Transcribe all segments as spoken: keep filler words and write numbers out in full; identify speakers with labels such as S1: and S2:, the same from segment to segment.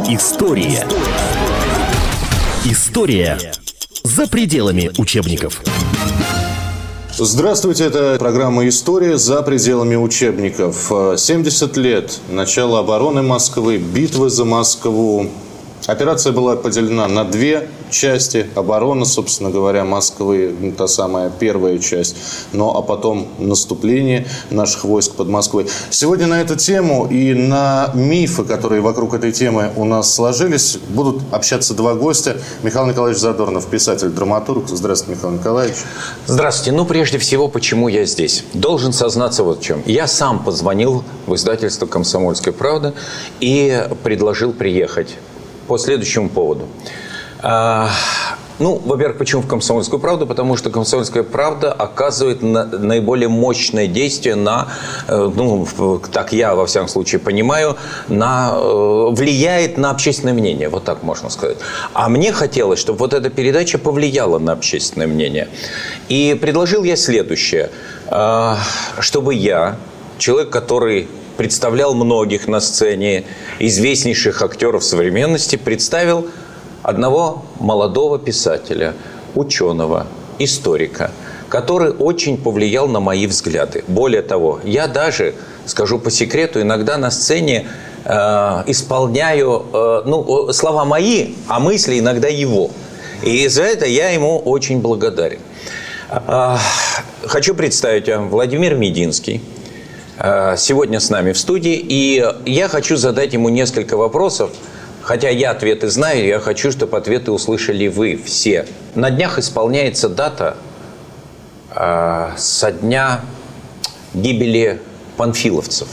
S1: История. История за пределами учебников.
S2: Здравствуйте, это программа «История за пределами учебников». семьдесят лет начала обороны Москвы, битвы за Москву. Операция была поделена на две части. Оборона, собственно говоря, Москвы, та самая первая часть. Ну, а потом наступление наших войск под Москвой. Сегодня на эту тему и на мифы, которые вокруг этой темы у нас сложились, будут общаться два гостя. Михаил Николаевич Задорнов, писатель, драматург. Здравствуйте, Михаил Николаевич.
S3: Здравствуйте. Ну, прежде всего, почему я здесь? Должен сознаться вот в чем. Я сам позвонил в издательство «Комсомольская правда» и предложил приехать. По следующему поводу. А, ну, во-первых, почему в «Комсомольскую правду»? Потому что «Комсомольская правда» оказывает на, наиболее мощное действие на, ну, так я, во всяком случае, понимаю, на, влияет на общественное мнение. Вот так можно сказать. А мне хотелось, чтобы вот эта передача повлияла на общественное мнение. И предложил я следующее. А, чтобы я, человек, который представлял многих на сцене, известнейших актеров современности, представил одного молодого писателя, ученого, историка, который очень повлиял на мои взгляды. Более того, я даже, скажу по секрету, иногда на сцене э, исполняю э, ну, слова мои, а мысли иногда его. И за это я ему очень благодарен. Э, хочу представить вам Владимир Мединский. Сегодня с нами в студии, и я хочу задать ему несколько вопросов, хотя я ответы знаю, я хочу, чтобы ответы услышали вы все. На днях исполняется дата э, со дня гибели панфиловцев.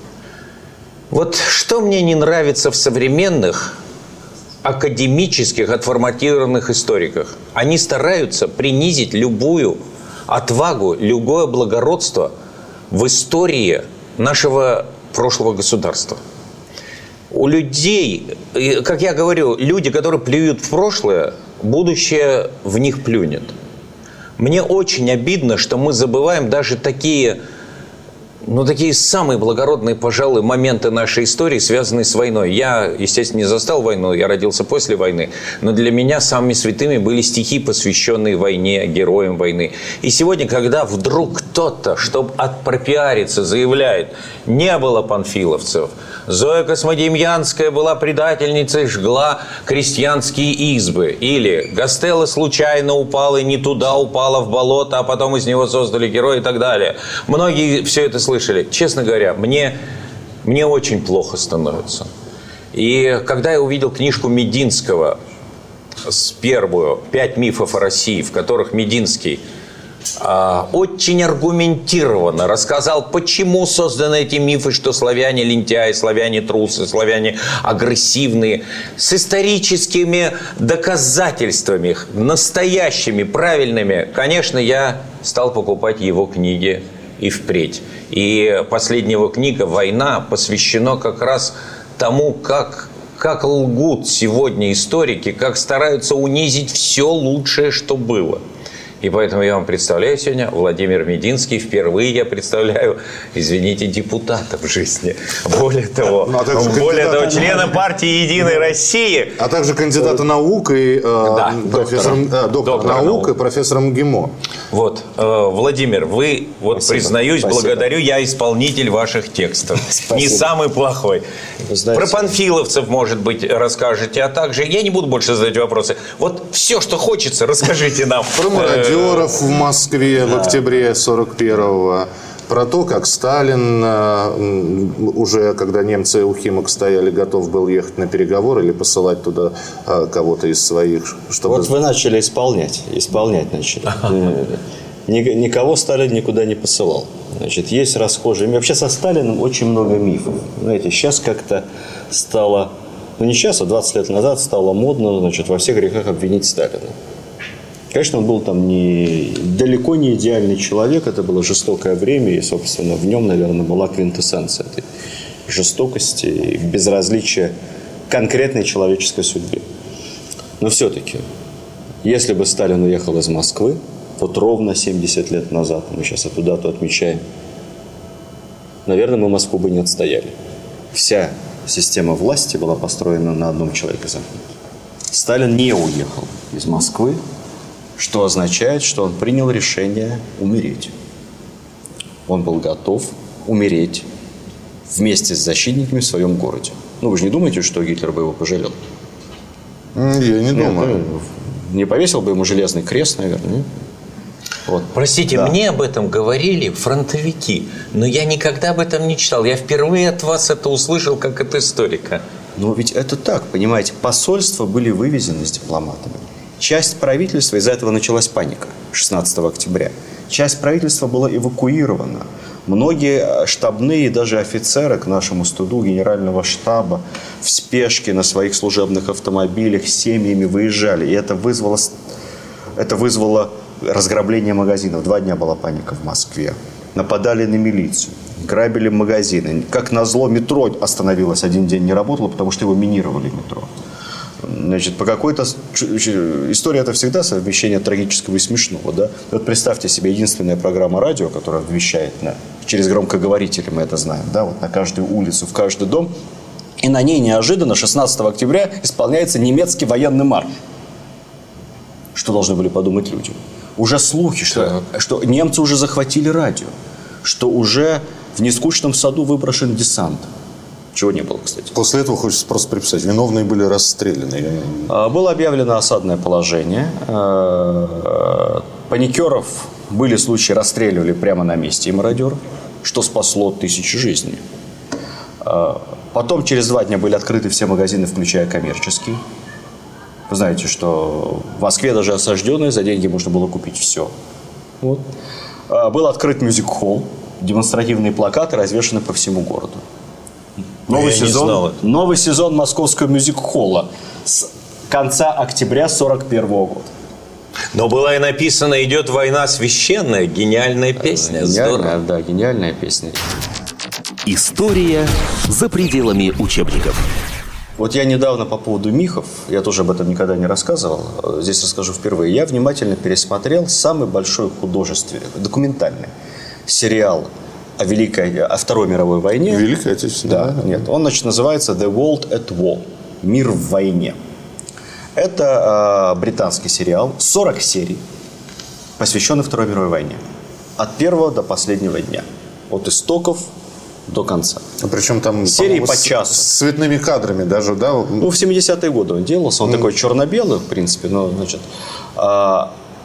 S3: Вот что мне не нравится в современных академических, отформатированных историках. Они стараются принизить любую отвагу, любое благородство в истории нашего прошлого государства. У людей, как я говорю, люди, которые плюют в прошлое, будущее в них плюнет. Мне очень обидно, что мы забываем даже такие, ну, такие самые благородные, пожалуй, моменты нашей истории, связанные с войной. Я, естественно, не застал войну, я родился после войны, но для меня самыми святыми были стихи, посвященные войне, героям войны. И сегодня, когда вдруг кто-то, чтобы отпропиариться, заявляет, не было панфиловцев, Зоя Космодемьянская была предательницей, жгла крестьянские избы. Или Гастелло случайно упала и не туда упала в болото, а потом из него создали героя и так далее. Многие все это слышали. Честно говоря, мне, мне очень плохо становится. И когда я увидел книжку Мединского, с первую «Пять мифов о России», в которых Мединский очень аргументированно рассказал, почему созданы эти мифы, что славяне лентяи, славяне трусы, славяне агрессивные, с историческими доказательствами, настоящими, правильными. Конечно, я стал покупать его книги и впредь. И последняя его книга «Война» посвящена как раз тому, как, как лгут сегодня историки, как стараются унизить все лучшее, что было. И поэтому я вам представляю сегодня Владимир Мединский. Впервые я представляю, извините, депутата в жизни. Более того, ну, а более того
S2: кандидата...
S3: члена партии «Единой России».
S2: А также кандидата наук и э,
S3: да,
S2: профессором,
S3: доктора,
S2: э, доктор
S3: доктора
S2: наук,
S3: наук
S2: и профессором ГИМО.
S3: Вот, э, Владимир, вы, вот
S2: Спасибо.
S3: признаюсь,
S2: Спасибо.
S3: благодарю, я исполнитель ваших текстов. Не самый плохой. Про панфиловцев, может быть, расскажете, а также, я не буду больше задать вопросы. Вот все, что хочется, расскажите нам.
S2: Про мародеров в Москве в октябре сорок первого. Про то, как Сталин, уже когда немцы у Химок стояли, готов был ехать на переговоры или посылать туда кого-то из своих. Чтобы...
S4: Вот вы начали исполнять. Исполнять начали. Никого Сталин никуда не посылал. Значит, есть расхожие мифы. Вообще со Сталином очень много мифов. Знаете, сейчас как-то стало, ну не сейчас, а двадцать лет назад стало модно, значит, во всех грехах обвинить Сталина. Конечно, он был там не, далеко не идеальный человек, это было жестокое время, и, собственно, в нем, наверное, была квинтэссенция этой жестокости и безразличия к конкретной человеческой судьбе. Но все-таки, если бы Сталин уехал из Москвы, вот ровно семьдесят лет назад, мы сейчас эту дату отмечаем, наверное, мы Москву бы не отстояли. Вся система власти была построена на одном человеке. Сталин не уехал из Москвы, что означает, что он принял решение умереть. Он был готов умереть вместе с защитниками в своем городе. Ну, вы же не думаете, что Гитлер бы его пожалел?
S2: Я не думаю.
S4: Нет, не повесил бы ему железный крест, наверное. Вот.
S3: Простите,
S4: Да.
S3: мне об этом говорили фронтовики, но я никогда об этом не читал. Я впервые от вас это услышал, как от историка.
S4: Но ведь это так, понимаете, посольства были вывезены с дипломатами. Часть правительства, из-за этого началась паника шестнадцатого октября. Часть правительства была эвакуирована. Многие штабные и даже офицеры, к нашему стыду, генерального штаба в спешке на своих служебных автомобилях с семьями выезжали. И это вызвало, это вызвало разграбление магазинов. Два дня была паника в Москве. Нападали на милицию, грабили магазины. Как назло, метро остановилось, один день не работало, потому что его минировали метро. Значит, по какой-то... История – это всегда совмещение трагического и смешного, да? Вот представьте себе, единственная программа радио, которая вещает на... через громкоговорители, мы это знаем, да, вот на каждую улицу, в каждый дом. И на ней неожиданно шестнадцатого октября исполняется немецкий военный марш. Что должны были подумать люди? Уже слухи, что, что немцы уже захватили радио, что уже в нескучном саду выброшен десант. Чего не было, кстати.
S2: После этого хочется просто приписать. Виновные были расстреляны.
S4: Было объявлено осадное положение. Паникеров были случаи, расстреливали прямо на месте и мародеров, что спасло тысячи жизней. Потом через два дня были открыты все магазины, включая коммерческие. Вы знаете, что в Москве даже осажденные за деньги можно было купить все. Вот. Был открыт мюзик-холл, демонстративные плакаты развешаны по всему городу. Новый сезон, новый сезон московского мюзик-холла с конца октября сорок первого года.
S3: Но была и написана «Идет война священная», гениальная песня.
S4: Гениальная, да, гениальная песня.
S1: История за пределами учебников.
S4: Вот я недавно по поводу мифов, я тоже об этом никогда не рассказывал, здесь расскажу впервые. Я внимательно пересмотрел самый большой художественный, документальный сериал о Великой, о Второй мировой войне.
S2: Великая Отечественная.
S4: Да, да, нет. Он, значит, называется The World at War. Мир в войне. Это э, британский сериал, сорок серий, посвященный Второй мировой войне. От первого до последнего дня. От истоков до конца.
S2: Причем там
S4: серии по
S2: с,
S4: часу.
S2: С цветными кадрами даже, да?
S4: Ну, в семидесятые годы он делался. Он mm. такой черно-белый, в принципе, но, значит... Э,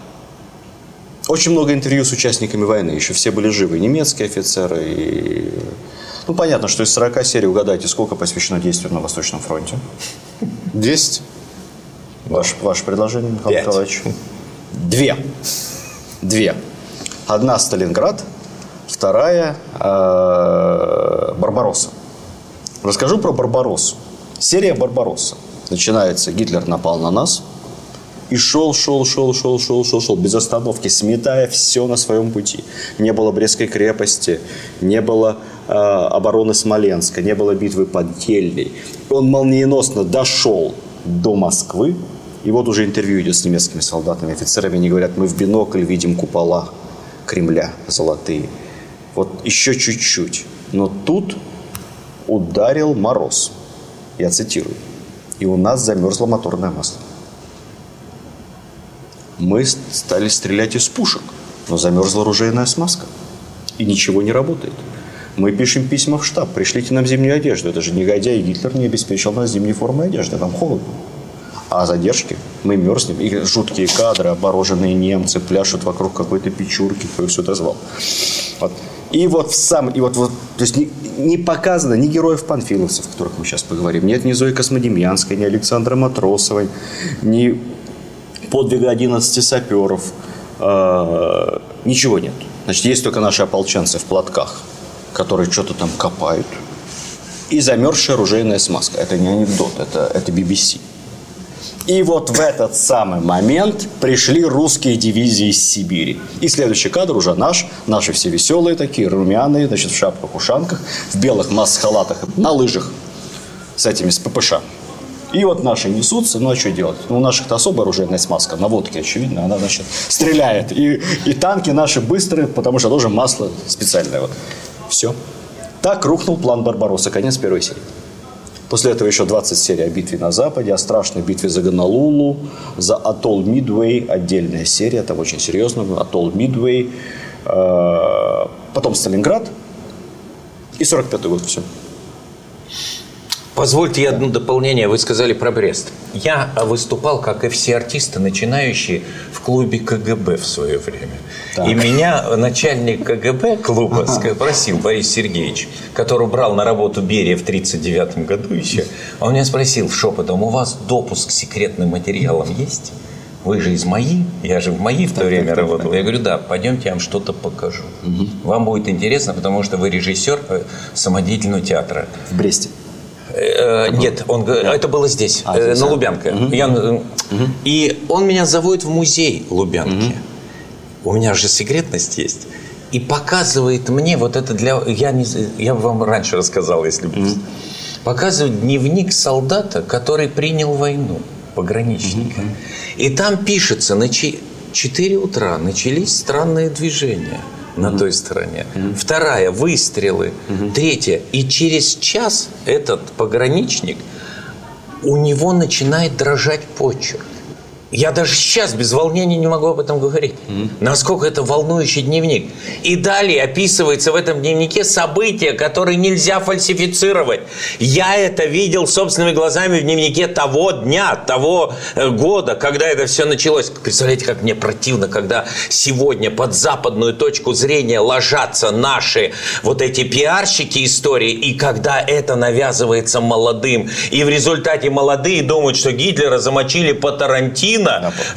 S4: Очень много интервью с участниками войны. Еще все были живы. Немецкие офицеры. И... Ну, понятно, что из сорока серий, угадайте, сколько посвящено действию на Восточном фронте?
S2: Десять.
S4: Ваше, ваше предложение, Михаил
S3: Пять.
S4: Николаевич? Две. Две. Одна Сталинград, вторая э, Барбаросса. Расскажу про Барбароссу. Серия Барбаросса. Начинается: Гитлер напал на нас. И шел, шел, шел, шел, шел, шел, шел, без остановки, сметая все на своем пути. Не было Брестской крепости, не было э, обороны Смоленска, не было битвы под Ельней. Он молниеносно дошел до Москвы. И вот уже интервью идет с немецкими солдатами, офицерами. Они говорят: мы в бинокль видим купола Кремля золотые. Вот еще чуть-чуть. Но тут ударил мороз. Я цитирую. И у нас замерзло моторное масло. Мы стали стрелять из пушек, но замерзла оружейная смазка. И ничего не работает. Мы пишем письма в штаб: пришлите нам зимнюю одежду. Это же негодяй Гитлер не обеспечил нас зимней формой одежды. Нам холодно. А задержки, мы мерзнем. И жуткие кадры, обмороженные немцы пляшут вокруг какой-то печурки, кто их сюда звал. Вот. И вот в сам, и вот, вот то есть не, не показано ни героев панфиловцев, о которых мы сейчас поговорим. Нет ни Зои Космодемьянской, ни Александра Матросовой, ни подвига одиннадцати саперов. Э, ничего нет. Значит, есть только наши ополченцы в платках, которые что-то там копают. И замерзшая оружейная смазка. Это не анекдот, это, это би би си. И вот в этот самый момент пришли русские дивизии из Сибири. И следующий кадр уже наш. Наши все веселые такие, румяные, значит, в шапках-ушанках, в белых маск-халатах, на лыжах с этими, с ППШ. И вот наши несутся, ну а что делать? Ну, у наших-то особая оружейная смазка, на водке, очевидно, она, значит, стреляет. И, и танки наши быстрые, потому что тоже масло специальное. Вот. Все. Так рухнул план Барбаросса, конец первой серии. После этого еще двадцать серий о битве на Западе, о страшной битве за Гонолулу, за атолл Мидуэй, отдельная серия, там очень серьезно, атолл Мидуэй. Потом Сталинград и сорок пятый год, все.
S3: Позвольте я одно дополнение. Вы сказали про Брест. Я выступал, как и все артисты, начинающие, в клубе ка гэ бэ в свое время. Так. И меня начальник ка гэ бэ клуба ага. просил, Борис Сергеевич, который брал на работу Берия в тридцать девятом году еще, он меня спросил шепотом: у вас допуск к секретным материалам есть? Вы же из МАИ, я же в МАИ в то так, время так, работал. Так. Я говорю, да, пойдемте, я вам что-то покажу. Угу. Вам будет интересно, потому что вы режиссер самодеятельного театра.
S4: В Бресте.
S3: Нет, он, да. это было здесь, а, здесь на Лубянке. Угу. Я, угу. И он меня заводит в музей Лубянки. Угу. У меня же секретность есть. И показывает мне вот это для... Я, не, я вам раньше рассказал, если бы... Угу. Показывает дневник солдата, который принял войну, пограничника. Угу. И там пишется, на четыре утра начались странные движения на mm-hmm. той стороне. Mm-hmm. Вторая – выстрелы. Mm-hmm. Третья – и через час этот пограничник, у него начинает дрожать почерк. Я даже сейчас без волнения не могу об этом говорить. Mm-hmm. Насколько это волнующий дневник. И далее описывается в этом дневнике события, которые нельзя фальсифицировать. Я это видел собственными глазами в дневнике того дня, того года, когда это все началось. Представляете, как мне противно, когда сегодня под западную точку зрения ложатся наши вот эти пиарщики истории, и когда это навязывается молодым. И в результате молодые думают, что Гитлера замочили по Тарантино,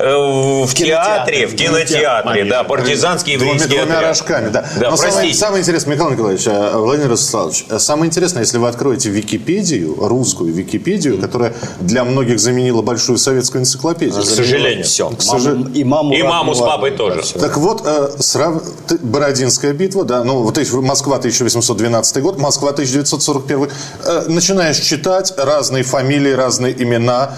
S3: в театре, в кинотеатре, да, партизанские еврейские
S2: двумя рожками, да.
S3: Да,
S2: Но
S3: простите.
S2: самое, самое интересное, Михаил Николаевич, Владимир Ростиславович, самое интересное, если вы откроете Википедию, русскую Википедию, mm. которая для многих заменила большую советскую энциклопедию.
S3: К сожалению.
S4: Все.
S2: К сожалению.
S4: И маму,
S3: и маму с папой тоже.
S2: Так вот, э, срав... Бородинская битва, да, ну, вот Москва тысяча восемьсот двенадцатый год, Москва тысяча девятьсот сорок первый. Э, начинаешь читать разные фамилии, разные имена.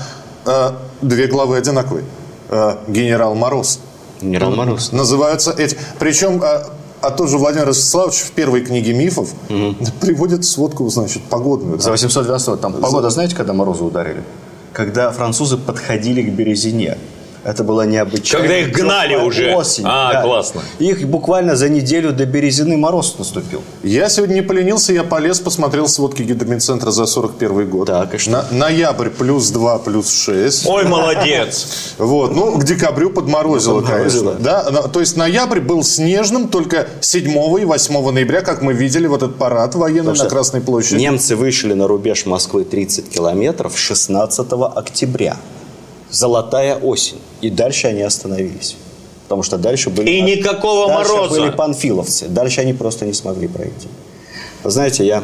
S2: Две главы одинаковые. Генерал Мороз.
S4: Генерал Мороз.
S2: Называются эти. Причем, а тот же Владимир Ростиславович в первой книге мифов угу. приводит сводку, значит, погодную.
S4: За восемьсот двенадцатый год. Там погода, знаете, когда морозы ударили? Когда французы подходили к Березине. Это было необычайно.
S3: Когда их гнали уже.
S4: Осень.
S3: А,
S4: да.
S3: классно.
S4: Их буквально за неделю до Березины мороз наступил.
S2: Я сегодня не поленился, я полез, посмотрел сводки Гидромедцентра за сорок первый год.
S4: Так, и что?
S2: На, ноябрь плюс два, плюс шесть.
S3: Ой, молодец.
S2: Вот, ну, к декабрю подморозило,
S4: подморозило.
S2: конечно. Да? То есть ноябрь был снежным только седьмого и восьмого ноября, как мы видели, вот этот парад военный на Красной площади.
S4: Немцы вышли на рубеж Москвы тридцать километров шестнадцатого октября. Золотая осень. И дальше они остановились. Потому что дальше были...
S3: И никакого
S4: дальше
S3: мороза.
S4: были панфиловцы. Дальше они просто не смогли пройти. Вы знаете, я...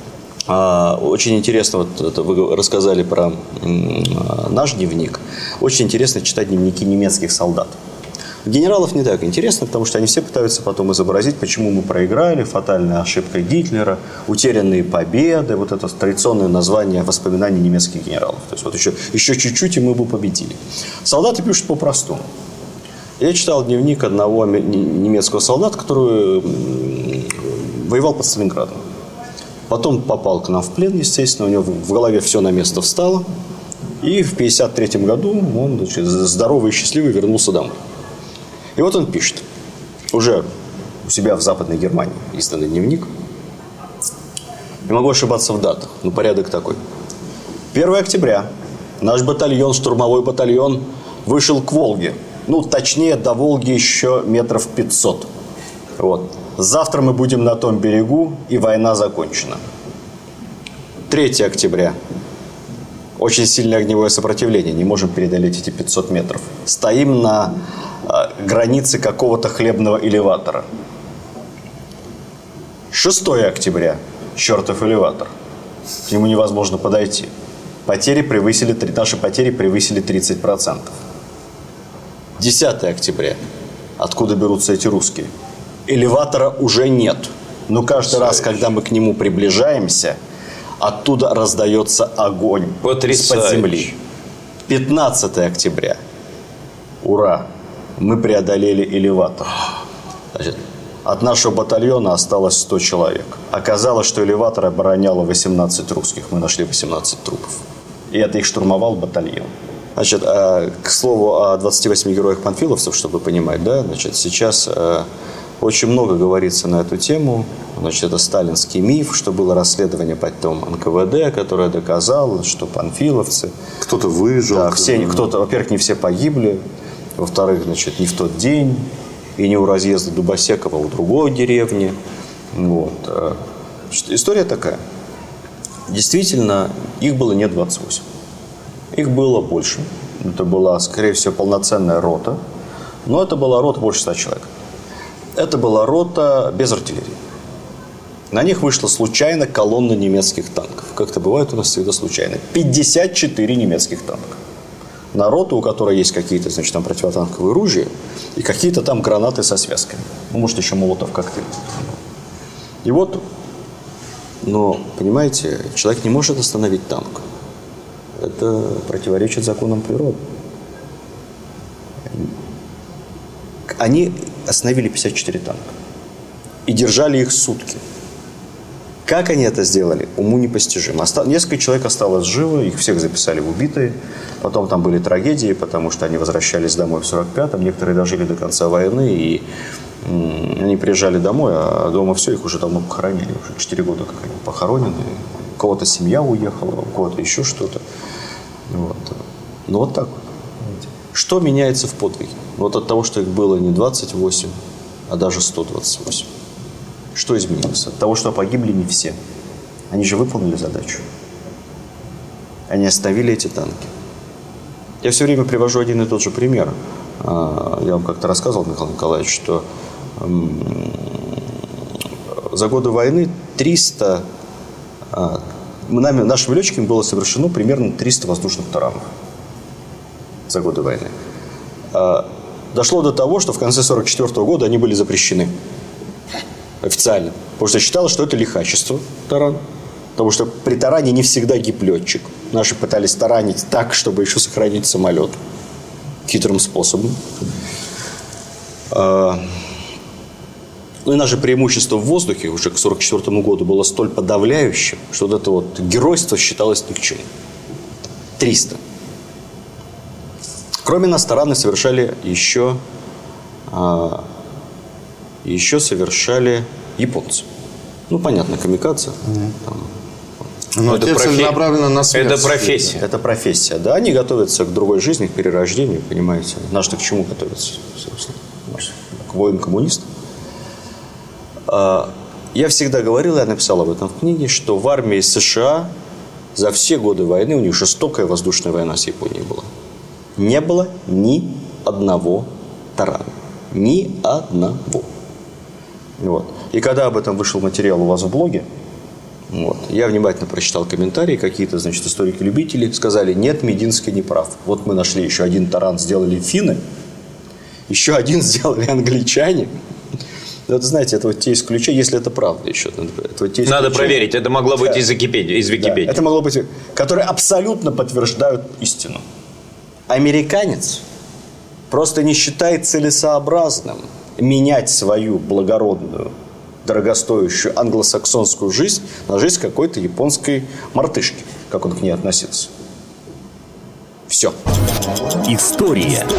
S4: Э, очень интересно, вот это вы рассказали про э, наш дневник. Очень интересно читать дневники немецких солдат. Генералов не так интересно, потому что они все пытаются потом изобразить, почему мы проиграли, фатальная ошибка Гитлера, утерянные победы, вот это традиционное название воспоминаний немецких генералов. То есть вот еще, еще чуть-чуть, и мы бы победили. Солдаты пишут по-простому. Я читал дневник одного немецкого солдата, который воевал под Сталинградом. Потом попал к нам в плен, естественно, у него в голове все на место встало. И в пятьдесят третьем году он, значит, здоровый и счастливый вернулся домой. И вот он пишет, уже у себя в Западной Германии изданный дневник. Не могу ошибаться в датах, но порядок такой. первого октября наш батальон, штурмовой батальон, вышел к Волге. Ну, точнее, до Волги еще метров пятьсот. Вот. Завтра мы будем на том берегу, и война закончена. третьего октября. Очень сильное огневое сопротивление. Не можем преодолеть эти пятьсот метров. Стоим на границы какого-то хлебного элеватора. шестого октября. Чертов элеватор. К нему невозможно подойти. Потери превысили, наши потери превысили тридцать процентов. десятого октября. Откуда берутся эти русские? Элеватора уже нет. Но каждый раз, когда мы к нему приближаемся, оттуда раздается огонь из-под земли. пятнадцатого октября. Ура! Мы преодолели элеватор. Значит, От нашего батальона осталось сто человек. Оказалось, что элеватор обороняло восемнадцать русских. Мы нашли восемнадцать трупов. И это их штурмовал батальон. Значит, к слову о двадцати восьми героях-панфиловцев, чтобы понимать, да, значит, сейчас очень много говорится на эту тему. Значит, это сталинский миф, что было расследование потом эн ка вэ дэ, которое доказало, что панфиловцы...
S2: Кто-то выжил.
S4: Да, все, кто-то, во-первых, не все погибли. Во-вторых, значит, не в тот день. И не у разъезда Дубосекова, а у другой деревни. Вот. Значит, история такая. Действительно, их было не двадцать восемь. Их было больше. Это была, скорее всего, полноценная рота. Но это была рота больше ста человек. Это была рота без артиллерии. На них вышла случайно колонна немецких танков. Как это бывает у нас всегда случайно. пятьдесят четыре немецких танка. На роту, у которой есть какие-то, значит, там противотанковые ружья и какие-то там гранаты со связками. Ну, может, еще молотов коктейль. И вот, но, понимаете, человек не может остановить танк. Это противоречит законам природы. Они остановили пятьдесят четыре танка и держали их сутки. Как они это сделали, уму непостижимо. Оста... Несколько человек осталось живо, их всех записали в убитые. Потом там были трагедии, потому что они возвращались домой в сорок пятом. Некоторые дожили до конца войны, и м- они приезжали домой, а дома все, их уже давно похоронили. Уже четыре года, как они похоронены. У кого-то семья уехала, у кого-то еще что-то. Вот. Ну вот так вот. Что меняется в подвиге? Вот от того, что их было не двадцать восемь, а даже сто двадцать восемь. Что изменилось? От того, что погибли не все. Они же выполнили задачу. Они остановили эти танки. Я все время привожу один и тот же пример. Я вам как-то рассказывал, Михаил Николаевич, что за годы войны триста... Нами, нашими летчиками было совершено примерно триста воздушных таранов за годы войны. Дошло до того, что в конце сорок четвёртого года они были запрещены. Официально. Потому что считалось, что это лихачество, таран. Потому что при таране не всегда гиб летчик. Наши пытались таранить так, чтобы еще сохранить самолет. Хитрым способом. Ну и наше преимущество в воздухе уже к сорок четвёртому году было столь подавляющим, что вот это вот геройство считалось ни к чему. триста. Кроме нас, тараны совершали еще... еще совершали японцы. Ну, понятно, камикадзе. Mm-hmm.
S2: Но это целенаправленно на смерть.
S3: Это профессия.
S4: Это профессия, да. Они готовятся к другой жизни, к перерождению, понимаете. Наши-то к чему готовятся, собственно? К воин-коммунистам. Я всегда говорил, я написал об этом в книге, что в армии США за все годы войны у них жестокая воздушная война с Японией была. Не было ни одного тарана. Ни одного. Вот. И когда об этом вышел материал у вас в блоге, вот, я внимательно прочитал комментарии, какие-то, значит, историки-любители сказали, нет, Мединский не прав. Вот мы нашли еще один таран, сделали финны, еще один сделали англичане. Вот, знаете, это вот те исключения, если это правда еще. Это вот те
S3: Надо проверить, это могло быть да. из Википедии. Из Википедии.
S4: Да, это могло быть, которые абсолютно подтверждают истину. Американец просто не считает целесообразным менять свою благородную, дорогостоящую англосаксонскую жизнь на жизнь какой-то японской мартышки, как он к ней относился. Все.
S1: История.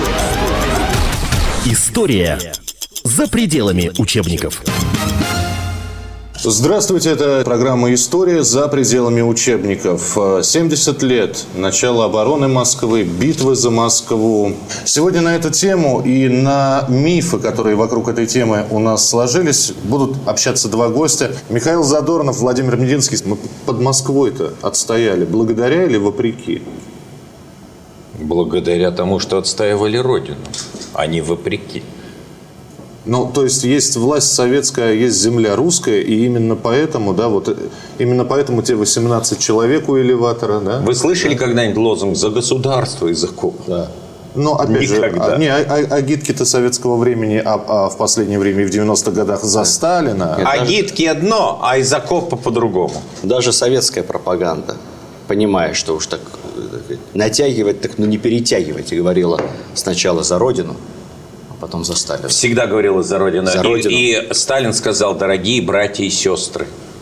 S1: История за пределами учебников.
S2: Здравствуйте, это программа «История за пределами учебников». семьдесят лет начала обороны Москвы, битвы за Москву. Сегодня на эту тему и на мифы, которые вокруг этой темы у нас сложились, будут общаться два гостя. Михаил Задорнов, Владимир Мединский. Мы под Москвой-то отстояли благодаря или вопреки?
S3: Благодаря тому, что отстаивали Родину, а не вопреки.
S2: Ну, то есть, есть власть советская, есть земля русская, и именно поэтому, да, вот, именно поэтому те восемнадцать человек у элеватора, да?
S3: Вы слышали да? когда-нибудь лозунг «За государство и закон»?
S2: Да. Но, опять
S3: Никогда.
S2: же, а, не, а, агитки-то советского времени, а, а в последнее время, в девяностых годах за Сталина.
S3: Агитки одно, а из окопа по-другому.
S4: Даже советская пропаганда, понимая, что уж так натягивать, так ну не перетягивать, и говорила сначала за Родину, потом за Сталина.
S3: Всегда говорила за Родину.
S4: За Родину.
S3: И, и Сталин сказал: дорогие братья и сестры.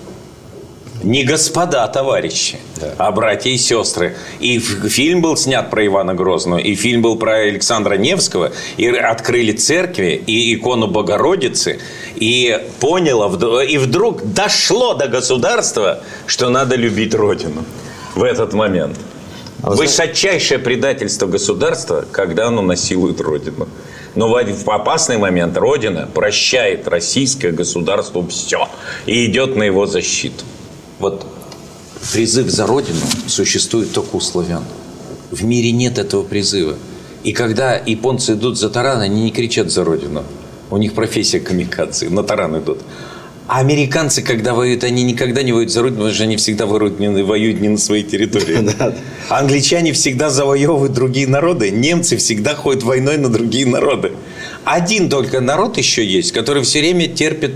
S3: Не господа, товарищи, да. а братья и сестры. И фильм был снят про Ивана Грозного, и фильм был про Александра Невского, и открыли церкви, и икону Богородицы, и поняло, и вдруг дошло до государства, что надо любить Родину в этот момент. А Высочайшее предательство государства, когда оно насилует Родину. Но в опасный момент Родина прощает российское государство все и идет на его защиту. Вот призыв за Родину существует только у славян. В мире нет этого призыва. И когда японцы идут за таран, они не кричат за Родину. У них профессия камикадзе, на таран идут. А американцы, когда воюют, они никогда не воюют за Родину, потому что они всегда воюют не, воюют не на своей территории. А англичане всегда завоевывают другие народы. Немцы всегда ходят войной на другие народы. Один только народ еще есть, который все время терпит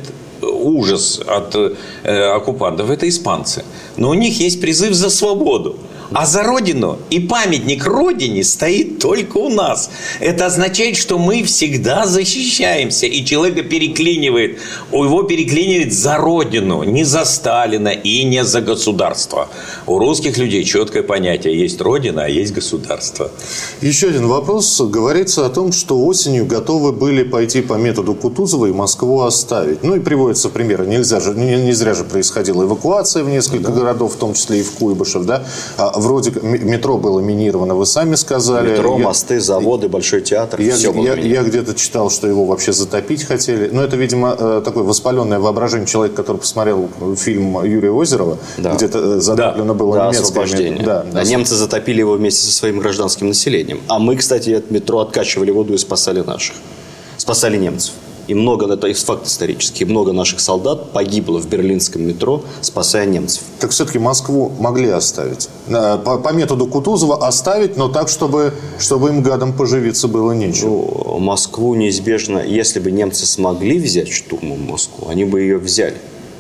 S3: ужас от э, оккупантов. Это испанцы. Но у них есть призыв за свободу. А за Родину и памятник Родине стоит только у нас. Это означает, что мы всегда защищаемся. И человека переклинивает. Его переклинивает за Родину. Не за Сталина и не за государство. У русских людей четкое понятие. Есть Родина, а есть государство.
S2: Еще один вопрос. Говорится о том, что осенью готовы были пойти по методу Кутузова и Москву оставить. Ну и приводятся примеры. Нельзя же, не, не зря же происходила эвакуация в несколько да. городов, в том числе и в Куйбышев, да? Вроде метро было минировано, вы сами сказали.
S4: Метро,
S2: я,
S4: мосты, заводы, Большой театр.
S2: Я,
S4: все было
S2: я, я где-то читал, что его вообще затопить хотели. Но это, видимо, такое воспаленное воображение человека, который посмотрел фильм Юрия Озерова, да. где-то затоплено да. было
S4: да,
S2: немецкое
S4: освобождение. Да, да, немцы затопили его вместе со своим гражданским населением. А мы, кстати, от метро откачивали воду и спасали наших. Спасали немцев. И много, это факт исторический, много наших солдат погибло в берлинском метро, спасая немцев.
S2: Так все-таки Москву могли оставить. По, по методу Кутузова оставить, но так, чтобы, чтобы им, гадам, поживиться было нечего.
S4: Ну, Москву неизбежно, если бы немцы смогли взять штурмом Москву, они бы ее взяли.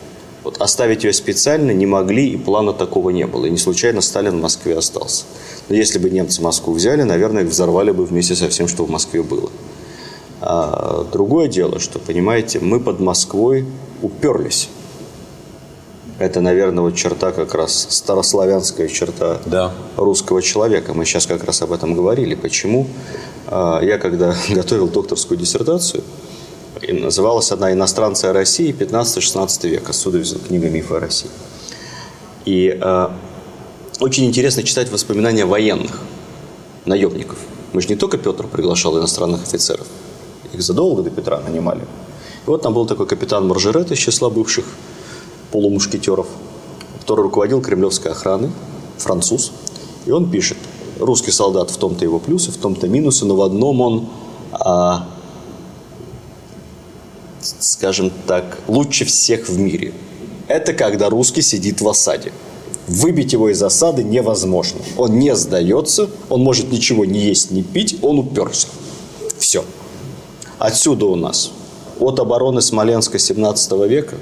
S4: Вот оставить ее специально не могли, и плана такого не было. И не случайно Сталин в Москве остался. Но если бы немцы Москву взяли, наверное, их взорвали бы вместе со всем, что в Москве было. А другое дело, что, понимаете, мы под Москвой уперлись. Это, наверное, вот черта как раз, старославянская черта да. русского человека. Мы сейчас как раз об этом говорили. Почему? Я, когда готовил докторскую диссертацию, называлась она «Иностранцы о России, пятнадцатый-шестнадцатый век». Отсюда взял книга «Мифы о России». И э, очень интересно читать воспоминания военных, наемников. Мы же не только Петр приглашал иностранных офицеров. Их задолго до Петра нанимали. И вот там был такой капитан Маржерет из числа бывших полумушкетеров, который руководил кремлевской охраной, француз. И он пишет: русский солдат в том-то его плюсы, в том-то минусы, но в одном он, а, скажем так, лучше всех в мире. Это когда русский сидит в осаде. Выбить его из осады невозможно. Он не сдается, он может ничего не есть, не пить, он уперся. Все. Отсюда у нас, от обороны Смоленска семнадцатого века,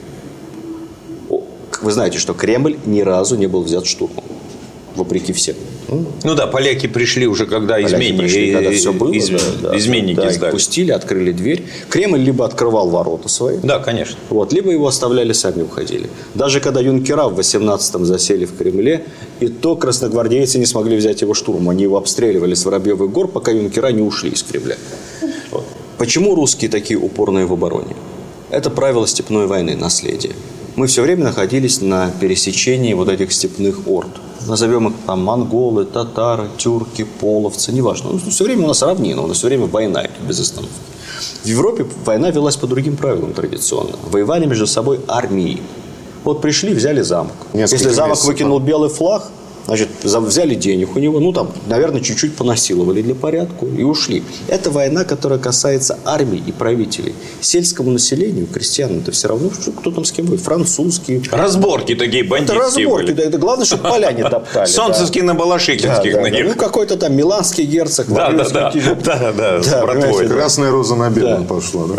S4: вы знаете, что Кремль ни разу не был взят штурмом, вопреки всем.
S3: Ну да, поляки пришли уже, когда изменники,
S4: пришли, когда все было,
S3: из,
S4: да, да,
S3: изменники
S4: да,
S3: сдали.
S4: Их пустили, открыли дверь. Кремль либо открывал ворота свои,
S3: да, конечно.
S4: Вот, либо его оставляли, сами уходили. Даже когда юнкера в восемнадцатом засели в Кремле, и то красногвардейцы не смогли взять его штурмом. Они его обстреливали с Воробьевых гор, пока юнкера не ушли из Кремля. Вот. Почему русские такие упорные в обороне? Это правило степной войны, наследие. Мы все время находились на пересечении вот этих степных орд. Назовем их там монголы, татары, тюрки, половцы, неважно. Ну, все время у нас равнина, у нас все время война без остановки. В Европе война велась по другим правилам традиционно. Воевали между собой армии. Вот пришли, взяли замок. Несколько Если замок месяцев. Выкинул белый флаг, значит, взяли денег у него, ну, там, наверное, чуть-чуть понасиловали для порядка и ушли. Это война, которая касается армии и правителей. Сельскому населению, крестьянам, это все равно, что кто там с кем будет. Французские.
S3: Разборки такие бандитские.
S4: Это разборки, да, это главное, чтобы поля не топтали.
S3: Солнцевские на Балашихинских на них.
S4: Ну, какой-то там миланский герцог.
S3: Да, да, да. Да, да,
S2: Красная роза на белом пошла, да.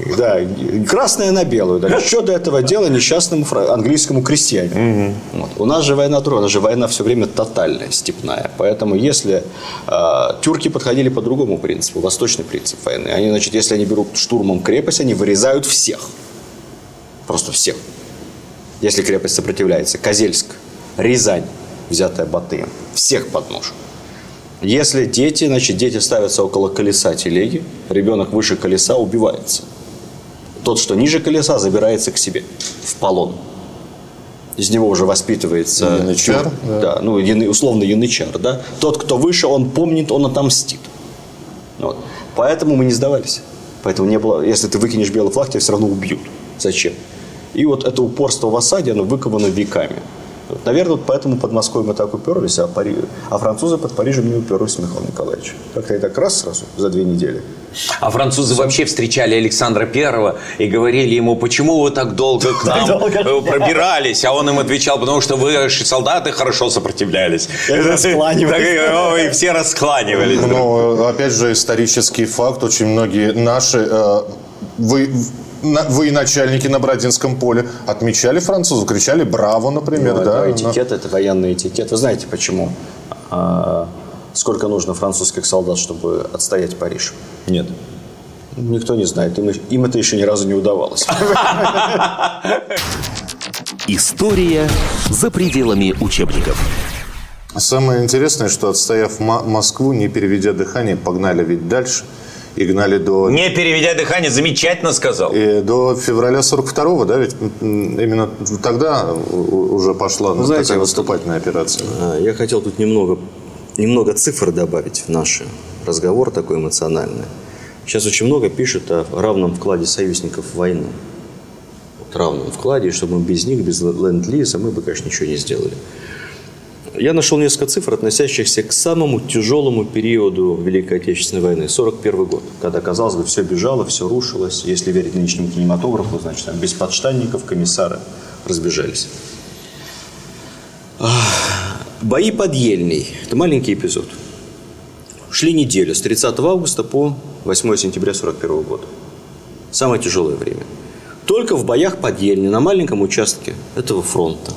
S4: Да, красное на белую. Да. Что до этого дела несчастному английскому крестьянину? Угу. Вот. У нас же война другая, у нас же война все время тотальная, степная. Поэтому если э, тюрки подходили по другому принципу, восточный принцип войны. Они, значит, если они берут штурмом крепость, они вырезают всех. Просто всех. Если крепость сопротивляется. Козельск, Рязань, взятая Батыем. Всех под нож. Если дети, значит, дети ставятся около колеса телеги, ребенок выше колеса убивается. Тот, что ниже колеса, забирается к себе в полон. Из него уже воспитывается
S2: янычар,
S4: да. Да, ну, условно янычар, да. Тот, кто выше, он помнит, он отомстит. Вот. Поэтому мы не сдавались. Поэтому не было, если ты выкинешь белый флаг, тебя все равно убьют. Зачем? И вот это упорство в осаде, оно выковано веками. Вот, наверное, вот поэтому под Москвой мы так уперлись, а, Пари... а французы под Парижем не уперлись, Михаил Николаевич. Как-то и так раз сразу за две недели.
S3: А французы вообще встречали Александра Первого и говорили ему, почему вы так долго к нам пробирались? А он им отвечал, потому что вы, солдаты, хорошо сопротивлялись. И все раскланивались.
S2: Но, опять же, исторический факт. Очень многие наши... Вы... Военачальники на Бородинском поле отмечали французов, кричали «Браво», например. Ну, да,
S4: этикет, но... это военный этикет. Вы знаете, почему? А, сколько нужно французских солдат, чтобы отстоять Париж?
S3: Нет.
S4: Никто не знает. Им, им это еще ни разу не удавалось.
S1: История за пределами учебников.
S2: Самое интересное, что, отстояв Москву, не переведя дыхание, погнали ведь дальше. И гнали до...
S3: Не переведя дыхание, замечательно сказал.
S2: И до февраля сорок второго, да, ведь именно тогда уже пошла ну, знаете, такая наступательная операция.
S4: Я хотел тут немного, немного цифр добавить в наш разговор такой эмоциональный. Сейчас очень много пишут о равном вкладе союзников в войну. Вот, равном вкладе, чтобы мы без них, без ленд-лиза, мы бы, конечно, ничего не сделали. Я нашел несколько цифр, относящихся к самому тяжелому периоду Великой Отечественной войны. сорок первый год, когда, казалось бы, все бежало, все рушилось. Если верить нынешнему кинематографу, значит, там без подштанников комиссары разбежались. Бои под Ельней. Это маленький эпизод. Шли неделю с тридцатого августа по восьмое сентября сорок первого года. Самое тяжелое время. Только в боях под Ельней, на маленьком участке этого фронта.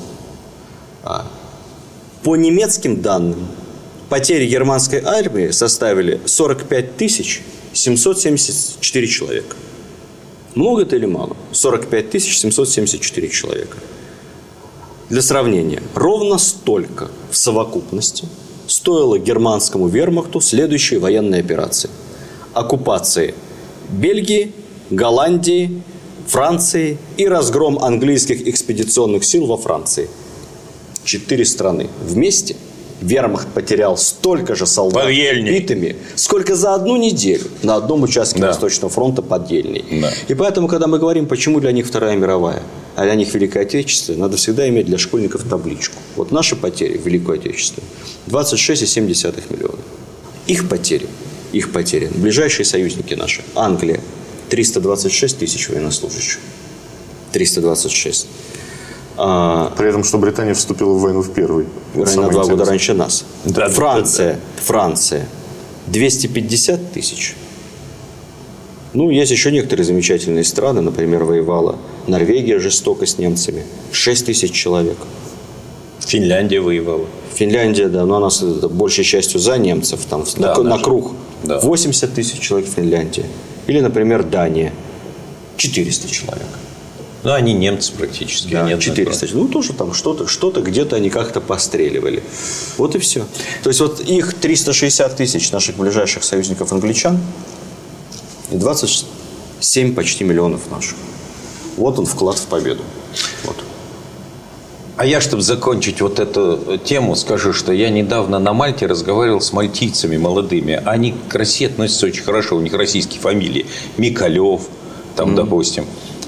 S4: По немецким данным, потери германской армии составили сорок пять тысяч семьсот семьдесят четыре человека. Много это или мало? сорок пять тысяч семьсот семьдесят четыре человека. Для сравнения, ровно столько в совокупности стоило германскому вермахту следующие военные операции. Оккупации Бельгии, Голландии, Франции и разгром английских экспедиционных сил во Франции. Четыре страны вместе вермахт потерял столько же солдат убитыми, сколько за одну неделю на одном участке да. Восточного фронта под Ельней. Да. И поэтому, когда мы говорим, почему для них Вторая мировая, а для них Великая Отечественная, надо всегда иметь для школьников табличку. Вот наши потери в Великую Отечественную двадцать шесть целых семь десятых миллиона. Их потери, их потери, ближайшие союзники наши, Англия, триста двадцать шесть тысяч военнослужащих. триста двадцать шесть.
S2: При этом, что Британия вступила в войну в первый.
S4: На два интересное. года раньше нас. Да, Франция, да, да. Франция двести пятьдесят тысяч. Ну, есть еще некоторые замечательные страны. Например, воевала Норвегия жестоко с немцами. шесть тысяч человек.
S3: Финляндия воевала.
S4: Финляндия, да, но она большей частью за немцев. Там, да, на, на круг. Да. восемьдесят тысяч человек в Финляндии. Или, например, Дания. четыреста человек.
S3: Ну, они немцы практически.
S4: Да, четыреста. Ну, тоже там что-то, что-то где-то они как-то постреливали. Вот и все. То есть, вот их триста шестьдесят тысяч наших ближайших союзников англичан и двадцать семь почти миллионов наших. Вот он вклад в победу. Вот.
S3: А я, чтобы закончить вот эту тему, скажу, что я недавно на Мальте разговаривал с мальтийцами молодыми. Они к России относятся очень хорошо, у них российские фамилии. Микалев, там, mm-hmm. допустим.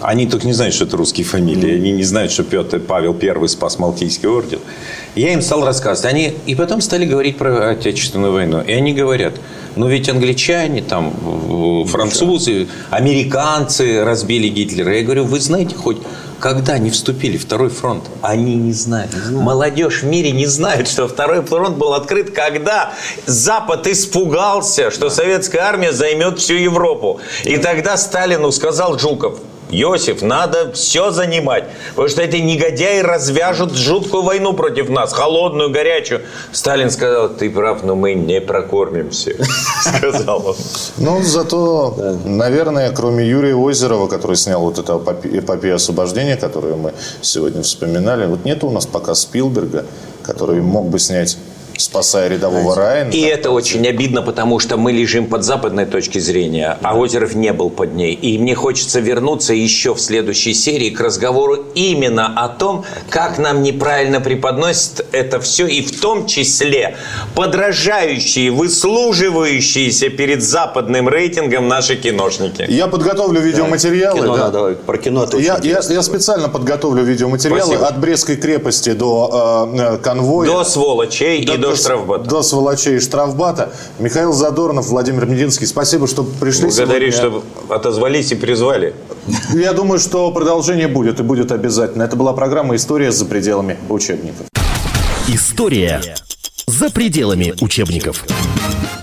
S3: Они только не знают, что это русские фамилии. Они не знают, что Петр Павел Первый спас Малтийский орден. Я им стал рассказывать. Они и потом стали говорить про Отечественную войну. И они говорят, ну ведь англичане, там, французы, американцы разбили Гитлера. Я говорю, вы знаете хоть, когда они вступили в Второй фронт? Они не знают. Молодежь в мире не знает, что Второй фронт был открыт, когда Запад испугался, что советская армия займет всю Европу. И тогда Сталину сказал Жуков: Иосиф, надо все занимать, потому что эти негодяи развяжут жуткую войну против нас, холодную, горячую. Сталин сказал: ты прав, но мы не прокормимся, сказал он.
S2: Ну, зато, наверное, кроме Юрия Озерова, который снял вот эту эпопею освобождения, которую мы сегодня вспоминали, вот нет у нас пока Спилберга, который мог бы снять «Спасая рядового Райана».
S3: И это очень обидно, потому что мы лежим под западной точки зрения, а Озеров не был под ней. И мне хочется вернуться еще в следующей серии к разговору именно о том, как нам неправильно преподносят это все, и в том числе подражающие, выслуживающиеся перед западным рейтингом наши киношники.
S2: Я подготовлю видеоматериалы.
S4: Кино,
S2: да.
S4: давай, про кино это
S2: я,
S4: очень
S2: я, я специально подготовлю видеоматериалы.
S3: Спасибо.
S2: От Брестской крепости до э, конвоя.
S3: До сволочей
S2: до,
S3: и до,
S2: до
S3: штрафбата.
S2: До сволочей и штрафбата. Михаил Задорнов, Владимир Мединский. Спасибо, что пришли
S3: Благодарю,
S2: сегодня.
S3: что отозвались и призвали.
S2: Я думаю, что продолжение будет, и будет обязательно. Это была программа «История за пределами учебников».
S1: История за пределами учебников.